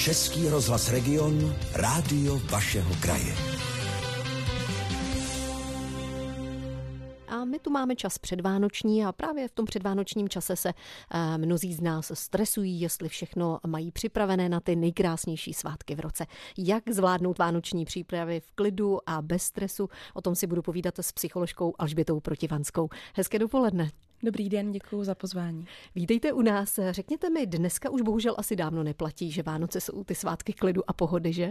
Český rozhlas Region, rádio vašeho kraje. A my tu máme čas předvánoční a právě v tom předvánočním čase se mnozí z nás stresují, jestli všechno mají připravené na ty nejkrásnější svátky v roce. Jak zvládnout vánoční přípravy v klidu a bez stresu? O tom si budu povídat s psycholožkou Alžbětou Protivanskou. Hezké dopoledne. Dobrý den, děkuji za pozvání. Vítejte u nás. Řekněte mi, dneska už bohužel asi dávno neplatí, že Vánoce jsou ty svátky klidu a pohody, že?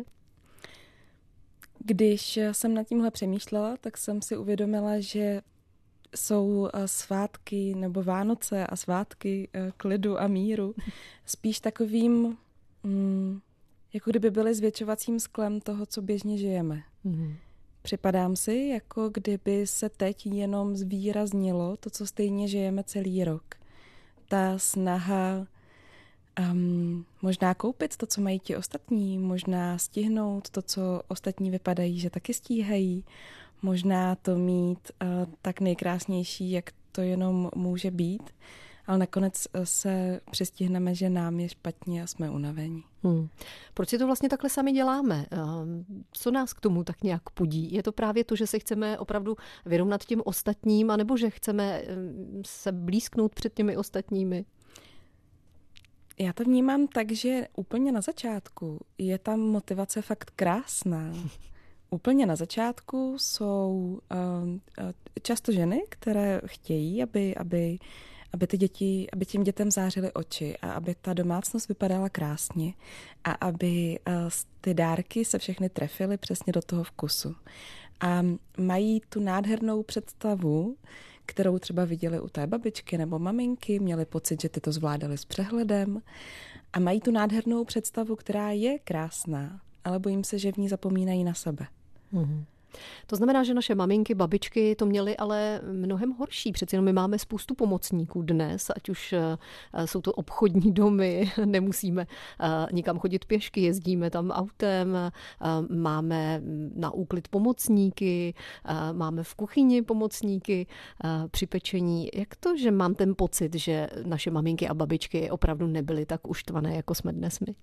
Když jsem nad tímhle přemýšlela, tak jsem si uvědomila, že jsou svátky nebo Vánoce a svátky klidu a míru spíš takovým, jako kdyby byly zvětšovacím sklem toho, co běžně žijeme. Připadám si, jako kdyby se teď jenom zvýraznilo to, co stejně žijeme celý rok. Ta snaha možná koupit to, co mají ti ostatní, možná stihnout to, co ostatní vypadají, že taky stíhají, možná to mít tak nejkrásnější, jak to jenom může být, ale nakonec se přistihneme, že nám je špatně a jsme unavení. Proč si to vlastně takhle sami děláme? Co nás k tomu tak nějak pudí? Je to právě to, že se chceme opravdu vyrovnat těm ostatním, anebo že chceme se blízknout před těmi ostatními? Já to vnímám tak, že úplně na začátku je ta motivace fakt krásná. Úplně na začátku jsou často ženy, které chtějí, aby těm dětem zářily oči a aby ta domácnost vypadala krásně a aby ty dárky se všechny trefily přesně do toho vkusu. A mají tu nádhernou představu, kterou třeba viděli u té babičky nebo maminky, měli pocit, že ty to zvládali s přehledem a mají tu nádhernou představu, která je krásná, ale bojím se, že v ní zapomínají na sebe. To znamená, že naše maminky, babičky to měly ale mnohem horší. Přeci jenom my máme spoustu pomocníků dnes, ať už jsou to obchodní domy, nemusíme nikam chodit pěšky, jezdíme tam autem, máme na úklid pomocníky, máme v kuchyni pomocníky při pečení. Jak to, že mám ten pocit, že naše maminky a babičky opravdu nebyly tak uštvané, jako jsme dnes my?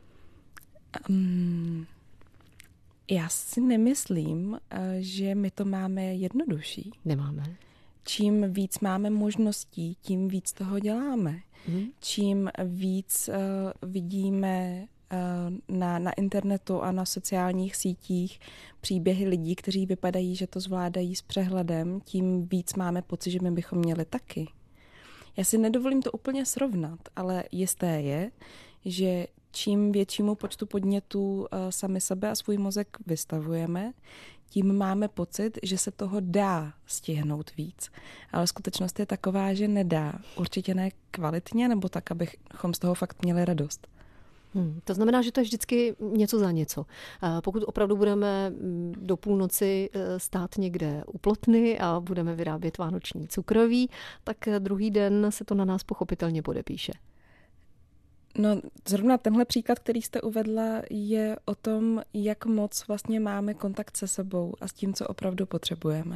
Já si nemyslím, že my to máme jednodušší. Nemáme. Čím víc máme možností, tím víc toho děláme. Čím víc vidíme na internetu a na sociálních sítích příběhy lidí, kteří vypadají, že to zvládají s přehledem, tím víc máme pocit, že my bychom měli taky. Já si nedovolím to úplně srovnat, ale jisté je, že čím většímu počtu podnětů sami sebe a svůj mozek vystavujeme, tím máme pocit, že se toho dá stihnout víc. Ale skutečnost je taková, že nedá. Určitě ne kvalitně, nebo tak, abychom z toho fakt měli radost. To znamená, že to je vždycky něco za něco. Pokud opravdu budeme do půlnoci stát někde u plotny a budeme vyrábět vánoční cukroví, tak druhý den se to na nás pochopitelně podepíše. No, zrovna tenhle příklad, který jste uvedla, je o tom, jak moc vlastně máme kontakt se sebou a s tím, co opravdu potřebujeme.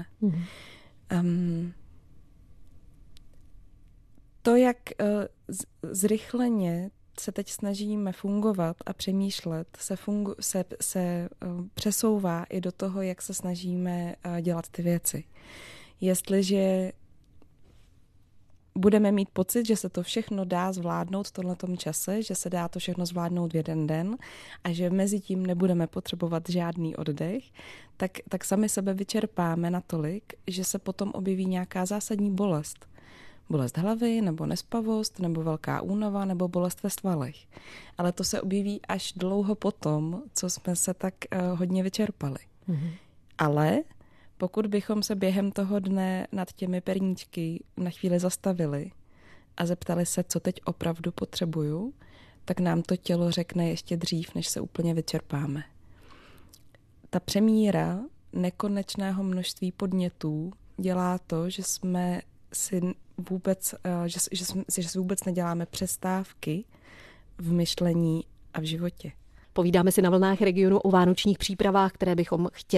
To, jak zrychleně se teď snažíme fungovat a přemýšlet, se přesouvá i do toho, jak se snažíme dělat ty věci. Jestliže budeme mít pocit, že se to všechno dá zvládnout v tomhletom čase, že se dá to všechno zvládnout v jeden den a že mezi tím nebudeme potřebovat žádný oddech, tak sami sebe vyčerpáme natolik, že se potom objeví nějaká zásadní bolest. Bolest hlavy, nebo nespavost, nebo velká únava, nebo bolest ve svalech. Ale to se objeví až dlouho potom, co jsme se tak hodně vyčerpali. Ale pokud bychom se během toho dne nad těmi perníčky na chvíli zastavili a zeptali se, co teď opravdu potřebuju, tak nám to tělo řekne ještě dřív, než se úplně vyčerpáme. Ta přemíra nekonečného množství podnětů dělá to, že jsme si vůbec, že si vůbec neděláme přestávky v myšlení a v životě. Povídáme si na vlnách Regionu o vánočních přípravách, které bychom chtěli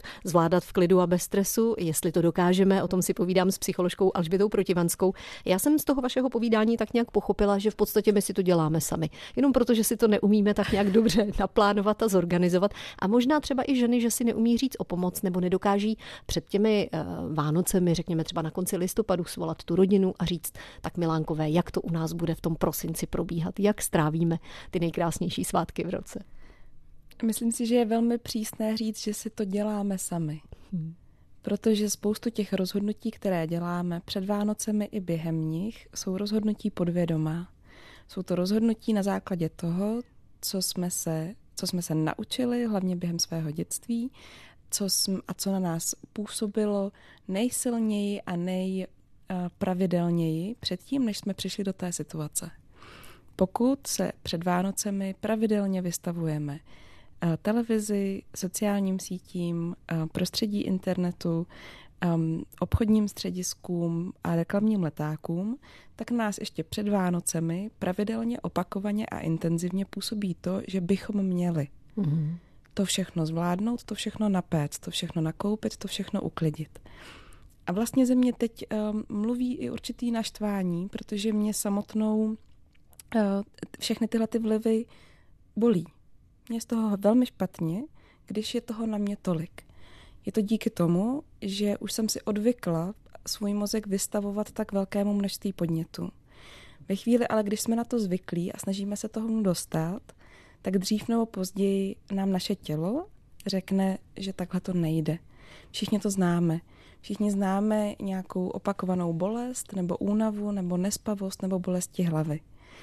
zvládat v klidu a bez stresu. Jestli to dokážeme, o tom si povídám s psycholožkou Alžbětou Protivanskou. Já jsem z toho vašeho povídání tak nějak pochopila, že v podstatě my si to děláme sami. Jenom proto, že si to neumíme tak nějak dobře naplánovat a zorganizovat. A možná třeba i ženy, že si neumí říct o pomoc nebo nedokáží před těmi Vánocemi, řekněme třeba na konci listopadu, svolat tu rodinu a říct, tak milánkové, jak to u nás bude v tom prosinci probíhat, jak strávíme ty nejkrásnější svátky v roce. Myslím si, že je velmi přísné říct, že si to děláme sami. Protože spoustu těch rozhodnutí, které děláme před Vánocemi i během nich, jsou rozhodnutí podvědomá. Jsou to rozhodnutí na základě toho, co jsme se naučili, hlavně během svého dětství, co na nás působilo nejsilněji a nejpravidelněji předtím, než jsme přišli do té situace. Pokud se před Vánocemi pravidelně vystavujeme televizi, sociálním sítím, prostředí internetu, obchodním střediskům a reklamním letákům, tak nás ještě před Vánocemi pravidelně, opakovaně a intenzivně působí to, že bychom měli to všechno zvládnout, to všechno napéct, to všechno nakoupit, to všechno uklidit. A vlastně ze mě teď mluví i určitý naštvání, protože mě samotnou všechny tyhle ty vlivy bolí. Mě je z toho velmi špatně, když je toho na mě tolik. Je to díky tomu, že už jsem si odvykla svůj mozek vystavovat tak velkému množství podnětů. Ve chvíli ale, když jsme na to zvyklí a snažíme se toho dostat, tak dřív nebo později nám naše tělo řekne, že takhle to nejde. Všichni to známe. Všichni známe nějakou opakovanou bolest nebo únavu nebo nespavost nebo bolesti hlavy.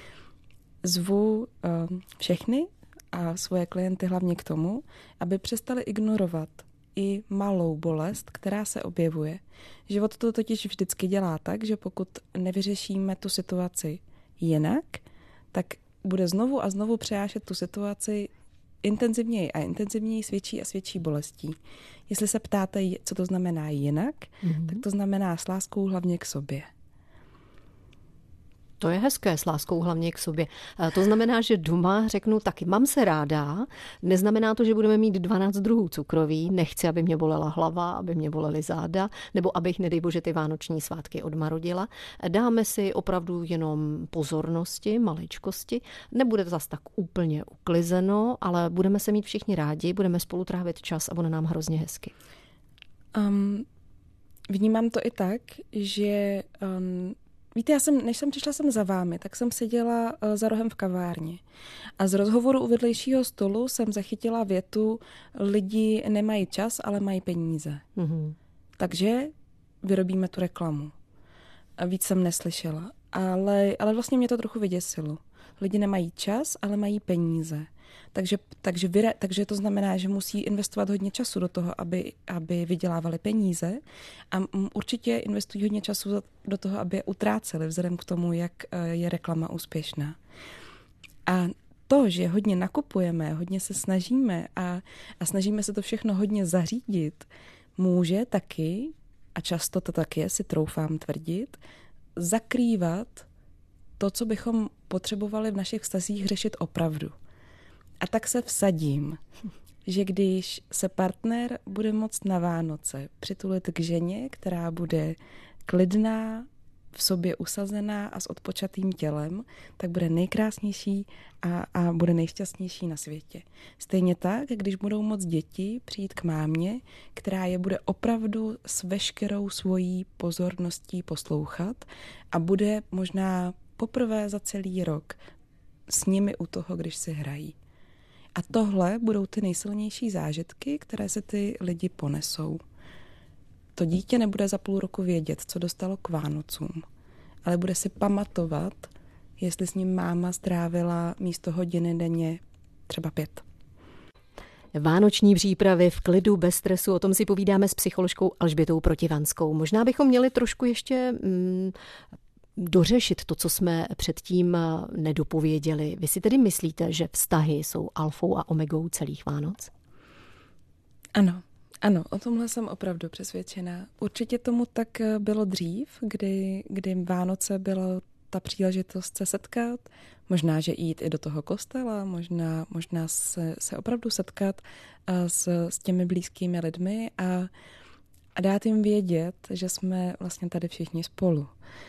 Zvu všechny a svoje klienty hlavně k tomu, aby přestali ignorovat i malou bolest, která se objevuje. Život to totiž vždycky dělá tak, že pokud nevyřešíme tu situaci jinak, tak bude znovu a znovu přenášet tu situaci intenzivněji a intenzivněji s větší a s větší bolestí. Jestli se ptáte, co to znamená jinak, tak to znamená s láskou hlavně k sobě. To je hezké, s láskou hlavně k sobě. To znamená, že doma řeknu taky, mám se ráda, neznamená to, že budeme mít 12 druhů cukroví, nechci, aby mě bolela hlava, aby mě bolely záda, nebo abych, nedej bože, ty vánoční svátky odmarodila. Dáme si opravdu jenom pozornosti, maličkosti, nebude to zas tak úplně uklizeno, ale budeme se mít všichni rádi, budeme spolu trávit čas a bude nám hrozně hezky. Vnímám to i tak, že víte, než jsem přišla sem za vámi, tak jsem seděla za rohem v kavárně. A z rozhovoru u vedlejšího stolu jsem zachytila větu: lidi nemají čas, ale mají peníze. Takže vyrobíme tu reklamu. A víc jsem neslyšela. Ale vlastně mě to trochu vyděsilo. Lidi nemají čas, ale mají peníze. Takže to znamená, že musí investovat hodně času do toho, aby vydělávali peníze, a určitě investují hodně času do toho, aby je utráceli, vzhledem k tomu, jak je reklama úspěšná. A to, že hodně nakupujeme, hodně se snažíme a snažíme se to všechno hodně zařídit, může taky, a často to tak je, si troufám tvrdit, zakrývat to, co bychom potřebovali v našich vztazích řešit opravdu. A tak se vsadím, že když se partner bude moct na Vánoce přitulit k ženě, která bude klidná, v sobě usazená a s odpočatým tělem, tak bude nejkrásnější a bude nejšťastnější na světě. Stejně tak, když budou moct děti přijít k mámě, která je bude opravdu s veškerou svojí pozorností poslouchat a bude možná poprvé za celý rok s nimi u toho, když si hrají. A tohle budou ty nejsilnější zážitky, které se ty lidi ponesou. To dítě nebude za půl roku vědět, co dostalo k Vánocům, ale bude si pamatovat, jestli s ním máma strávila místo hodiny denně třeba 5. Vánoční přípravy v klidu, bez stresu, o tom si povídáme s psycholožkou Alžbětou Protivanskou. Možná bychom měli trošku ještě dořešit to, co jsme předtím nedopověděli. Vy si tedy myslíte, že vztahy jsou alfou a omegou celých Vánoc? Ano, o tomhle jsem opravdu přesvědčená. Určitě tomu tak bylo dřív, kdy Vánoce bylo ta příležitost se setkat, možná, že jít i do toho kostela, možná se opravdu setkat s těmi blízkými lidmi a dát jim vědět, že jsme vlastně tady všichni spolu.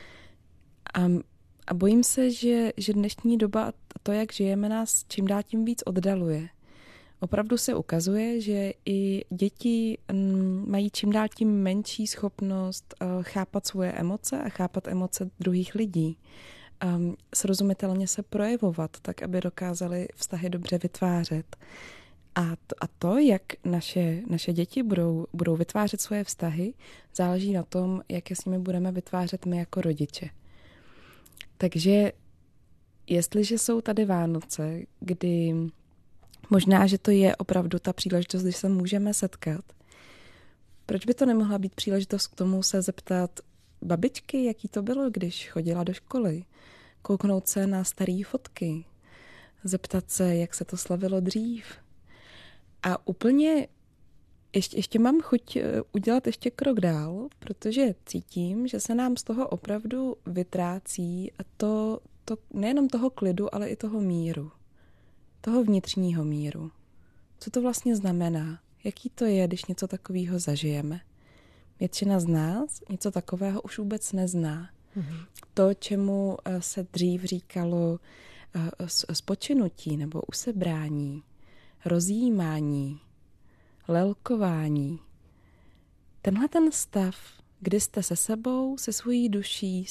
A bojím se, že dnešní doba, to, jak žijeme, nás čím dál tím víc oddaluje. Opravdu se ukazuje, že i děti mají čím dál tím menší schopnost chápat svoje emoce a chápat emoce druhých lidí. Srozumitelně se projevovat, tak aby dokázali vztahy dobře vytvářet. A to, jak naše děti budou vytvářet svoje vztahy, záleží na tom, jak je s nimi budeme vytvářet my jako rodiče. Takže jestliže jsou tady Vánoce, kdy možná, že to je opravdu ta příležitost, když se můžeme setkat, proč by to nemohla být příležitost k tomu se zeptat babičky, jaký to bylo, když chodila do školy, kouknout se na staré fotky, zeptat se, jak se to slavilo dřív. A úplně ještě mám chuť udělat ještě krok dál, protože cítím, že se nám z toho opravdu vytrácí to nejenom toho klidu, ale i toho míru. Toho vnitřního míru. Co to vlastně znamená? Jaký to je, když něco takového zažijeme? Většina z nás něco takového už vůbec nezná. Mm-hmm. To, čemu se dřív říkalo spočinutí nebo usebrání, rozjímání, lelkování. Tenhle ten stav, kdy jste se sebou, se svojí duší,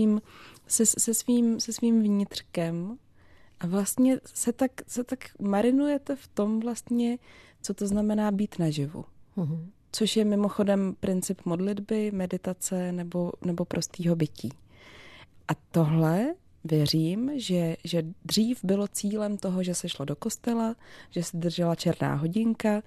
se svým vnitřkem a vlastně se tak marinujete v tom vlastně, co to znamená být naživu. Mm-hmm. Což je mimochodem princip modlitby, meditace nebo prostýho bytí. A tohle věřím, že dřív bylo cílem toho, že se šlo do kostela, že se držela černá hodinka,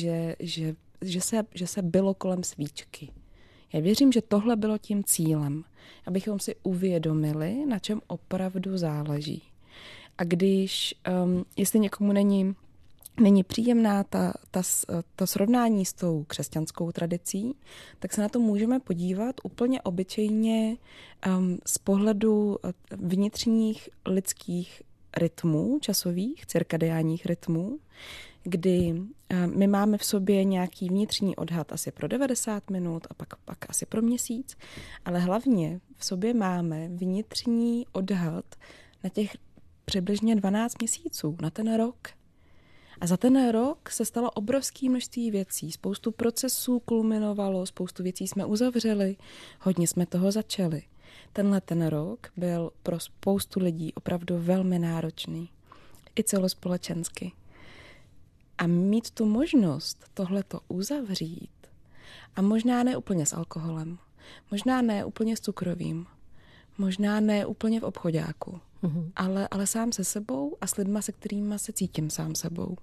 že se bylo kolem svíčky. Já věřím, že tohle bylo tím cílem, abychom si uvědomili, na čem opravdu záleží. A jestli někomu není příjemná ta srovnání s tou křesťanskou tradicí, tak se na to můžeme podívat úplně obyčejně z pohledu vnitřních lidských rytmů, časových, cirkadiánních rytmů, kdy my máme v sobě nějaký vnitřní odhad asi pro 90 minut a pak asi pro měsíc, ale hlavně v sobě máme vnitřní odhad na těch přibližně 12 měsíců, na ten rok. A za ten rok se stalo obrovské množství věcí. Spoustu procesů kulminovalo, spoustu věcí jsme uzavřeli, hodně jsme toho začali. Ten rok byl pro spoustu lidí opravdu velmi náročný. I celospolečensky. A mít tu možnost tohleto uzavřít, a možná ne úplně s alkoholem, možná ne úplně s cukrovým, možná ne úplně v obchoďáku, ale sám se sebou a s lidma, se kterýma se cítím sám sebou.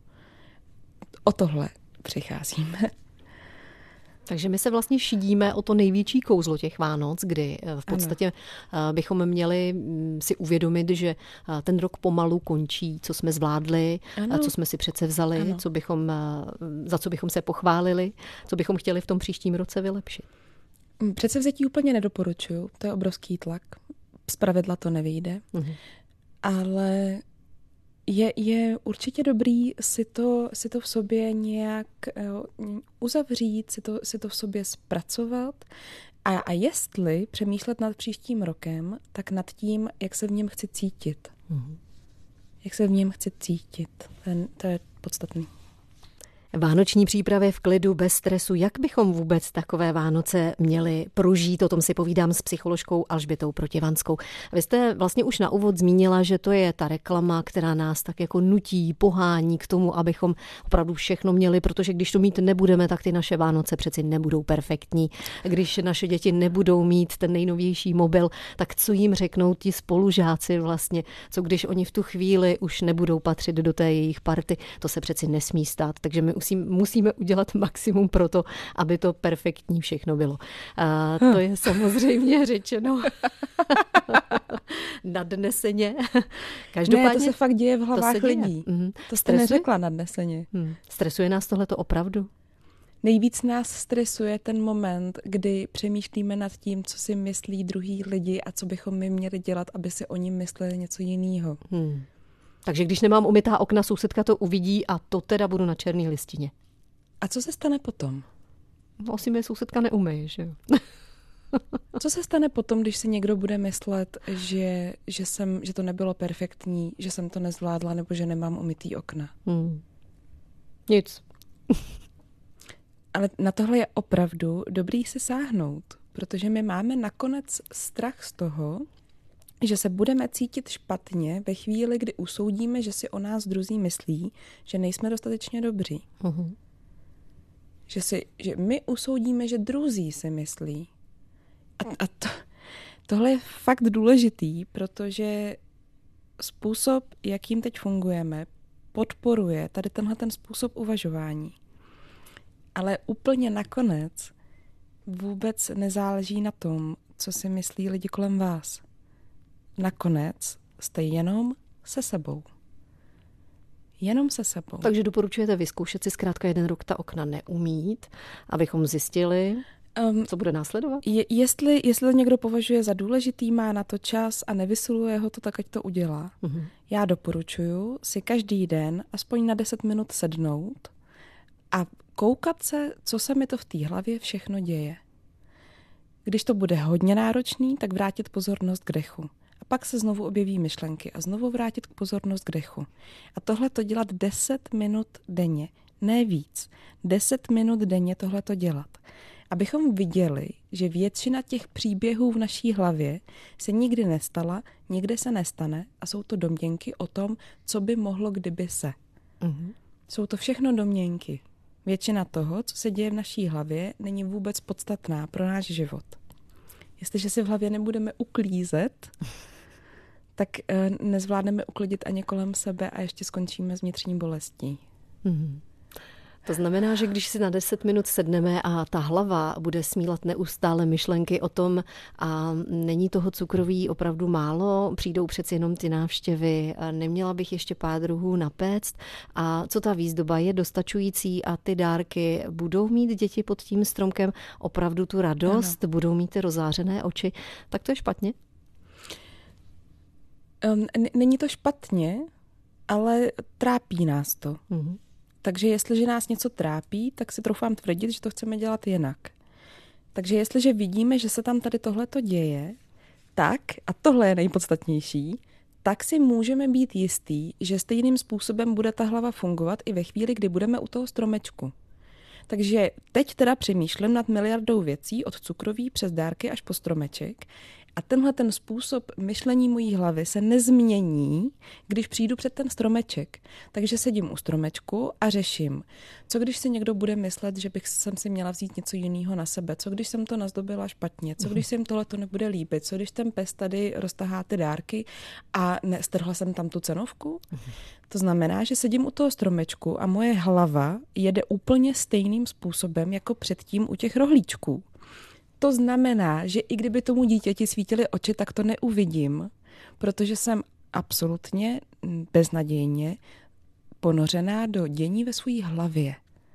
O tohle přicházíme. Takže my se vlastně šidíme o to největší kouzlo těch Vánoc, kdy v podstatě bychom měli si uvědomit, že ten rok pomalu končí, co jsme zvládli, co jsme si přece vzali, za co bychom se pochválili, co bychom chtěli v tom příštím roce vylepšit. Předsevzetí úplně nedoporučuju, to je obrovský tlak. Zpravidla to nevyjde, ale je určitě dobrý si to v sobě nějak uzavřít, si to v sobě zpracovat a jestli přemýšlet nad příštím rokem, tak nad tím, jak se v něm chci cítit. Jak se v něm chci cítit. To je podstatný. Vánoční přípravy v klidu, bez stresu. Jak bychom vůbec takové Vánoce měli prožít? O tom si povídám s psycholožkou Alžbětou Protivanskou. Vy jste vlastně už na úvod zmínila, že to je ta reklama, která nás tak jako nutí, pohání k tomu, abychom opravdu všechno měli, protože když to mít nebudeme, tak ty naše Vánoce přeci nebudou perfektní. Když naše děti nebudou mít ten nejnovější mobil, tak co jim řeknou ti spolužáci vlastně? Co když oni v tu chvíli už nebudou patřit do té jejich party? To se přeci nesmí stát. Takže my musíme udělat maximum pro to, aby to perfektní všechno bylo. To je samozřejmě řečeno nadneseně. Každopádně to se fakt děje v hlavách lidí. To jste neřekla nadneseně. Stresuje nás tohleto opravdu? Nejvíc nás stresuje ten moment, kdy přemýšlíme nad tím, co si myslí druhý lidi a co bychom my měli dělat, aby si o ním mysleli něco jiného. Takže když nemám umytá okna, sousedka to uvidí a to teda budu na černý listině. A co se stane potom? No, asi mě sousedka neumyje, že jo? Co se stane potom, když si někdo bude myslet, že to nebylo perfektní, že jsem to nezvládla nebo že nemám umytý okna? Nic. Ale na tohle je opravdu dobrý si sáhnout, protože my máme nakonec strach z toho, že se budeme cítit špatně ve chvíli, kdy usoudíme, že si o nás druzí myslí, že nejsme dostatečně dobří. Že my usoudíme, že druzí si myslí. Tohle je fakt důležitý, protože způsob, jakým teď fungujeme, podporuje tady tenhle ten způsob uvažování. Ale úplně nakonec vůbec nezáleží na tom, co si myslí lidi kolem vás. Nakonec jste jenom se sebou. Jenom se sebou. Takže doporučujete vyzkoušet si zkrátka jeden rok ta okna neumít, abychom zjistili, co bude následovat? Jestli to někdo považuje za důležitý, má na to čas a nevysiluje ho to, tak ať to udělá. Já doporučuju si každý den aspoň na 10 minut sednout a koukat se, co se mi to v té hlavě všechno děje. Když to bude hodně náročný, tak vrátit pozornost k dechu. A pak se znovu objeví myšlenky a znovu vrátit pozornost k dechu. A tohle to dělat 10 minut denně, ne víc. 10 minut denně tohle to dělat. Abychom viděli, že většina těch příběhů v naší hlavě se nikdy nestala, nikdy se nestane a jsou to domněnky o tom, co by mohlo, kdyby se. Jsou to všechno domněnky. Většina toho, co se děje v naší hlavě, není vůbec podstatná pro náš život. Jestliže si v hlavě nebudeme uklízet, tak nezvládneme uklidit ani kolem sebe a ještě skončíme s vnitřní bolestí. To znamená, že když si na 10 minut sedneme a ta hlava bude smílat neustále myšlenky o tom a není toho cukroví opravdu málo, přijdou přeci jenom ty návštěvy, neměla bych ještě pár druhů napéct a co ta výzdoba je dostačující a ty dárky budou mít děti pod tím stromkem opravdu tu radost, budou mít ty rozářené oči, tak to je špatně? Není to špatně, ale trápí nás to. Takže jestliže nás něco trápí, tak si troufám tvrdit, že to chceme dělat jinak. Takže jestliže vidíme, že se tam tady tohleto děje, tak, a tohle je nejpodstatnější, tak si můžeme být jistý, že stejným způsobem bude ta hlava fungovat i ve chvíli, kdy budeme u toho stromečku. Takže teď teda přemýšlím nad miliardou věcí, od cukroví přes dárky až po stromeček. A tenhle ten způsob myšlení mojí hlavy se nezmění, když přijdu před ten stromeček. Takže sedím u stromečku a řeším, co když si někdo bude myslet, že jsem si měla vzít něco jiného na sebe, co když jsem to nazdobila špatně, co když se jim tohle to nebude líbit, co když ten pes tady roztahá ty dárky a strhla jsem tam tu cenovku. To znamená, že sedím u toho stromečku a moje hlava jede úplně stejným způsobem jako předtím u těch rohlíčků. To znamená, že i kdyby tomu dítěti svítily oči, tak to neuvidím, protože jsem absolutně beznadějně ponořená do dění ve své hlavě.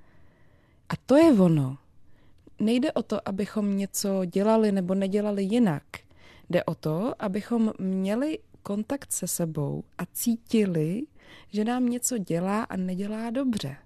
A to je ono. Nejde o to, abychom něco dělali nebo nedělali jinak. Jde o to, abychom měli kontakt se sebou a cítili, že nám něco dělá a nedělá dobře.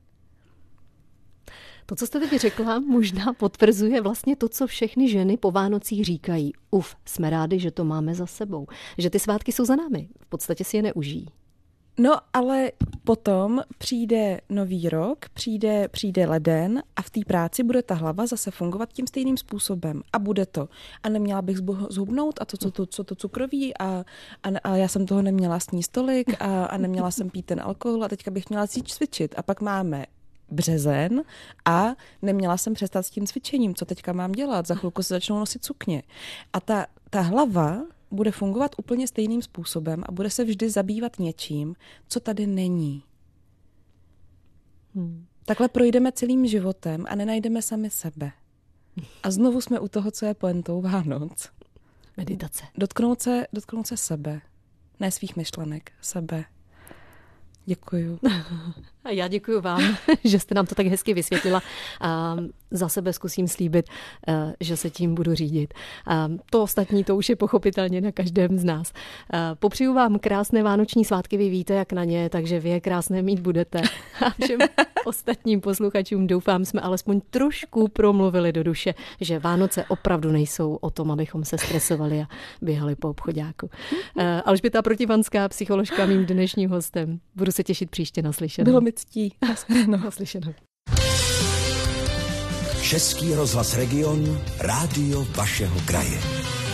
To, co jste teď řekla, možná potvrzuje vlastně to, co všechny ženy po Vánocích říkají. Jsme rádi, že to máme za sebou. Že ty svátky jsou za námi. V podstatě si je neužijí. No, ale potom přijde nový rok, přijde leden a v té práci bude ta hlava zase fungovat tím stejným způsobem. A bude to. A neměla bych zhubnout a co to cukroví a já jsem toho neměla sníst tolik a neměla jsem pít ten alkohol a teďka bych měla cvičit. A pak máme březen a neměla jsem přestat s tím cvičením. Co teďka mám dělat? Za chvilku se začnou nosit sukně. A ta hlava bude fungovat úplně stejným způsobem a bude se vždy zabývat něčím, co tady není. Takhle projdeme celým životem a nenajdeme sami sebe. A znovu jsme u toho, co je pointou Vánoc. Meditace. Dotknout se sebe. Ne svých myšlenek, sebe. Děkuju. A já děkuji vám, že jste nám to tak hezky vysvětlila. A za sebe zkusím slíbit, že se tím budu řídit. A to ostatní, to už je pochopitelně na každém z nás. Popřeju vám krásné vánoční svátky, vy víte, jak na ně, takže vy je krásné mít budete. A všem ostatním posluchačům doufám, jsme alespoň trošku promluvili do duše, že Vánoce opravdu nejsou o tom, abychom se stresovali a běhali po obchoďáku. Alžběta Protivanská, psycholožka, mým dnešním hostem. Budu se těšit příště, naslyšenou. Bylo mi ctí. Naslyšenou. Český rozhlas Region, rádio vašeho kraje.